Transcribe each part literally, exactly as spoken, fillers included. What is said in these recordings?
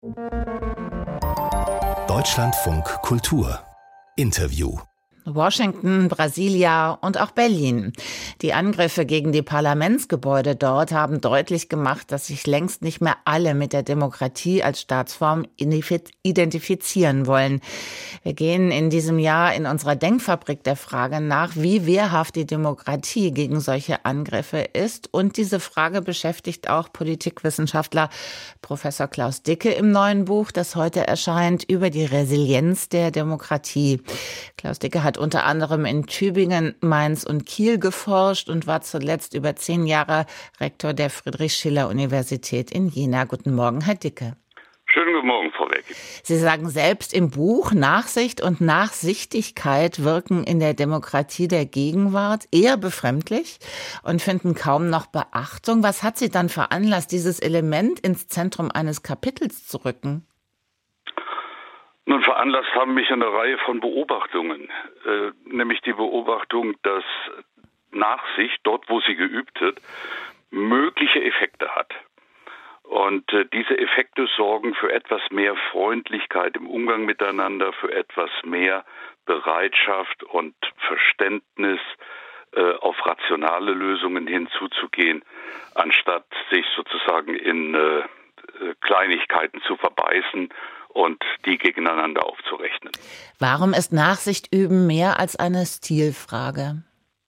Deutschlandfunk Kultur Interview. Washington, Brasilia und auch Berlin. Die Angriffe gegen die Parlamentsgebäude dort haben deutlich gemacht, dass sich längst nicht mehr alle mit der Demokratie als Staatsform identifizieren wollen. Wir gehen in diesem Jahr in unserer Denkfabrik der Frage nach, wie wehrhaft die Demokratie gegen solche Angriffe ist. Und diese Frage beschäftigt auch Politikwissenschaftler Professor Klaus Dicke im neuen Buch, das heute erscheint, über die Resilienz der Demokratie. Klaus Dicke hat unter anderem in Tübingen, Mainz und Kiel geforscht und war zuletzt über zehn Jahre Rektor der Friedrich-Schiller-Universität in Jena. Guten Morgen, Herr Dicke. Schönen guten Morgen, Frau Welke. Sie sagen selbst im Buch, Nachsicht und Nachsichtigkeit wirken in der Demokratie der Gegenwart eher befremdlich und finden kaum noch Beachtung. Was hat Sie dann veranlasst, dieses Element ins Zentrum eines Kapitels zu rücken? Nun, veranlasst haben mich eine Reihe von Beobachtungen, äh, nämlich die Beobachtung, dass Nachsicht, dort wo sie geübt wird, mögliche Effekte hat. Und äh, diese Effekte sorgen für etwas mehr Freundlichkeit im Umgang miteinander, für etwas mehr Bereitschaft und Verständnis, äh, auf rationale Lösungen hinzuzugehen, anstatt sich sozusagen in äh, Kleinigkeiten zu verbeißen und die gegeneinander aufzurechnen. Warum ist Nachsicht üben mehr als eine Stilfrage?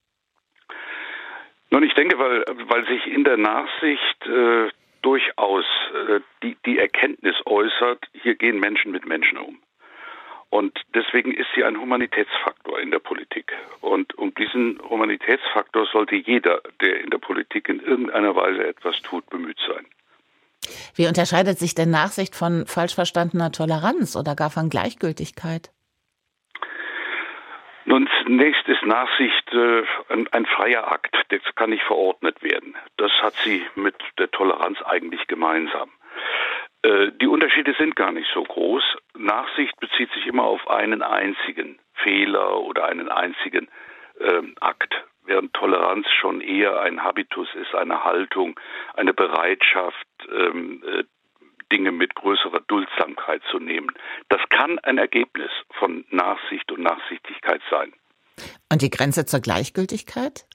Nun, ich denke, weil, weil sich in der Nachsicht äh, durchaus äh, die, die Erkenntnis äußert, hier gehen Menschen mit Menschen um. Und deswegen ist sie ein Humanitätsfaktor in der Politik. Und um diesen Humanitätsfaktor sollte jeder, der in der Politik in irgendeiner Weise etwas tut, bemüht sein. Wie unterscheidet sich denn Nachsicht von falsch verstandener Toleranz oder gar von Gleichgültigkeit? Nun, zunächst ist Nachsicht äh, ein, ein freier Akt, das kann nicht verordnet werden. Das hat sie mit der Toleranz eigentlich gemeinsam. Äh, die Unterschiede sind gar nicht so groß. Nachsicht bezieht sich immer auf einen einzigen Fehler oder einen einzigen äh, Akt, während Toleranz schon eher ein Habitus ist, eine Haltung, eine Bereitschaft, ähm, äh, Dinge mit größerer Duldsamkeit zu nehmen. Das kann ein Ergebnis von Nachsicht und Nachsichtigkeit sein. Und die Grenze zur Gleichgültigkeit?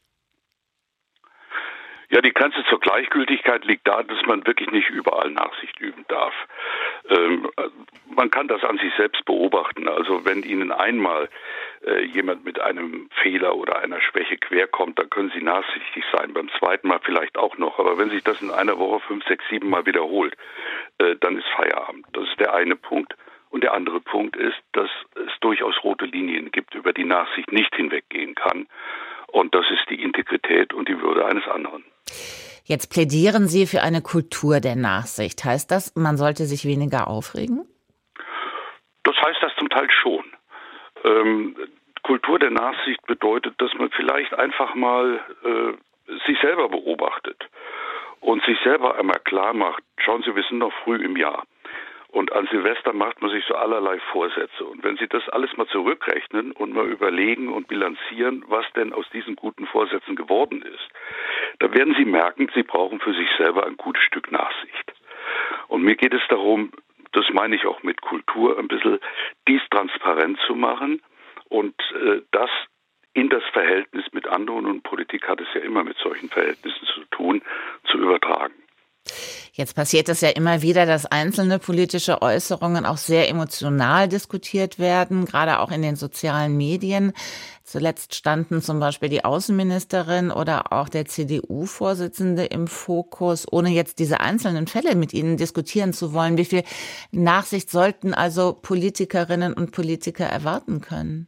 Ja, die Grenze zur Gleichgültigkeit liegt da, dass man wirklich nicht überall Nachsicht üben darf. Ähm, man kann das an sich selbst beobachten. Also wenn Ihnen einmal äh, jemand mit einem Fehler oder einer Schwäche querkommt, dann können Sie nachsichtig sein. Beim zweiten Mal vielleicht auch noch. Aber wenn sich das in einer Woche fünf, sechs, sieben Mal wiederholt, äh, dann ist Feierabend. Das ist der eine Punkt. Und der andere Punkt ist, dass es durchaus rote Linien gibt, über die Nachsicht nicht hinweggehen kann. Und das ist die Integrität und die Würde eines anderen. Jetzt plädieren Sie für eine Kultur der Nachsicht. Heißt das, man sollte sich weniger aufregen? Das heißt das zum Teil schon. Ähm, Kultur der Nachsicht bedeutet, dass man vielleicht einfach mal äh, sich selber beobachtet und sich selber einmal klar macht, schauen Sie, wir sind noch früh im Jahr. Und an Silvester macht man sich so allerlei Vorsätze. Und wenn Sie das alles mal zurückrechnen und mal überlegen und bilanzieren, was denn aus diesen guten Vorsätzen geworden ist, dann werden Sie merken, Sie brauchen für sich selber ein gutes Stück Nachsicht. Und mir geht es darum, das meine ich auch mit Kultur, ein bisschen dies transparent zu machen und äh, das in das Verhältnis mit anderen, und Politik hat es ja immer mit solchen Verhältnissen zu tun, zu übertragen. Jetzt passiert es ja immer wieder, dass einzelne politische Äußerungen auch sehr emotional diskutiert werden, gerade auch in den sozialen Medien. Zuletzt standen zum Beispiel die Außenministerin oder auch der C D U-Vorsitzende im Fokus, ohne jetzt diese einzelnen Fälle mit Ihnen diskutieren zu wollen. Wie viel Nachsicht sollten also Politikerinnen und Politiker erwarten können?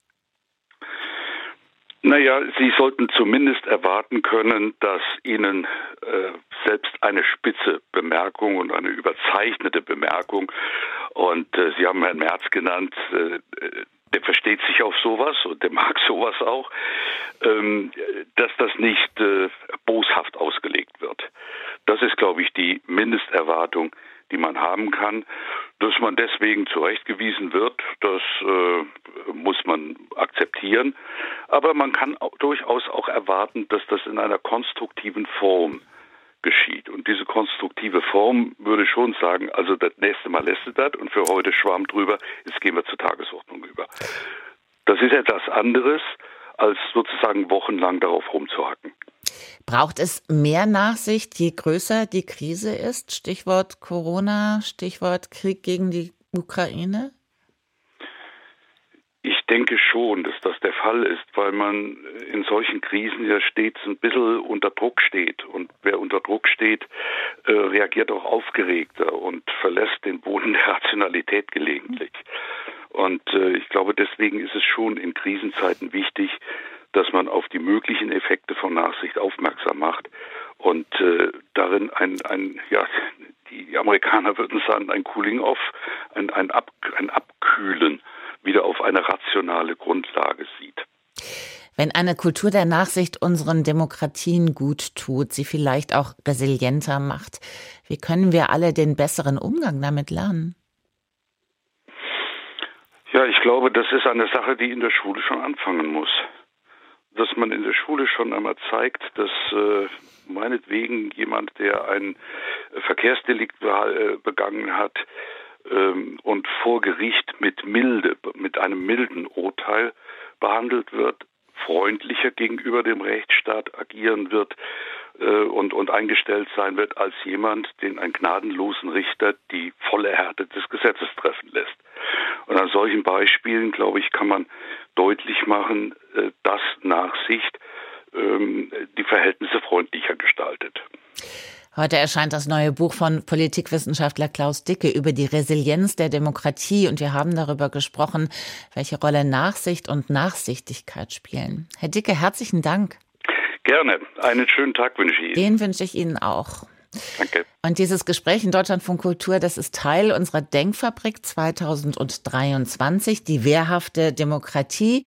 Naja, Sie sollten zumindest erwarten können, dass Ihnen äh, selbst eine spitze Bemerkung und eine überzeichnete Bemerkung, und äh, Sie haben Herrn Merz genannt, äh, der versteht sich auf sowas und der mag sowas auch, ähm, dass das nicht äh, boshaft ausgelegt wird. Das ist, glaube ich, die Mindesterwartung, die man haben kann. Dass man deswegen zurechtgewiesen wird, das äh, muss man akzeptieren. Aber man kann auch durchaus auch erwarten, dass das in einer konstruktiven Form geschieht. Und diese konstruktive Form würde schon sagen, also das nächste Mal lässt es das und für heute Schwamm drüber, jetzt gehen wir zur Tagesordnung über. Das ist etwas anderes, als sozusagen wochenlang darauf rumzuhacken. Braucht es mehr Nachsicht, je größer die Krise ist? Stichwort Corona, Stichwort Krieg gegen die Ukraine? Ich denke schon, dass das der Fall ist, weil man in solchen Krisen ja stets ein bisschen unter Druck steht. Und wer unter Druck steht, äh, reagiert auch aufgeregter und verlässt den Boden der Rationalität gelegentlich. Und äh, ich glaube, deswegen ist es schon in Krisenzeiten wichtig, dass man auf die möglichen Effekte von Nachsicht aufmerksam macht und äh, darin ein, ein, ja, die Amerikaner würden sagen, ein Cooling-off, ein, ein, Ab, ein Abkühlen wieder auf eine rationale Grundlage sieht. Wenn eine Kultur der Nachsicht unseren Demokratien gut tut, sie vielleicht auch resilienter macht, wie können wir alle den besseren Umgang damit lernen? Ja, ich glaube, das ist eine Sache, die in der Schule schon anfangen muss. Dass man in der Schule schon einmal zeigt, dass äh, meinetwegen jemand, der ein Verkehrsdelikt be- begangen hat ähm, und vor Gericht mit milde, mit einem milden Urteil behandelt wird, freundlicher gegenüber dem Rechtsstaat agieren wird äh, und, und eingestellt sein wird als jemand, den ein gnadenlosen Richter die volle Härte des Gesetzes treffen lässt. Und an solchen Beispielen, glaube ich, kann man deutlich machen, äh, dass Nachsicht ähm, die Verhältnisse freundlicher gestaltet. Heute erscheint das neue Buch von Politikwissenschaftler Klaus Dicke über die Resilienz der Demokratie und wir haben darüber gesprochen, welche Rolle Nachsicht und Nachsichtigkeit spielen. Herr Dicke, herzlichen Dank. Gerne. Einen schönen Tag wünsche ich Ihnen. Den wünsche ich Ihnen auch. Danke. Und dieses Gespräch in Deutschlandfunk Kultur, das ist Teil unserer Denkfabrik zweitausenddreiundzwanzig, die wehrhafte Demokratie.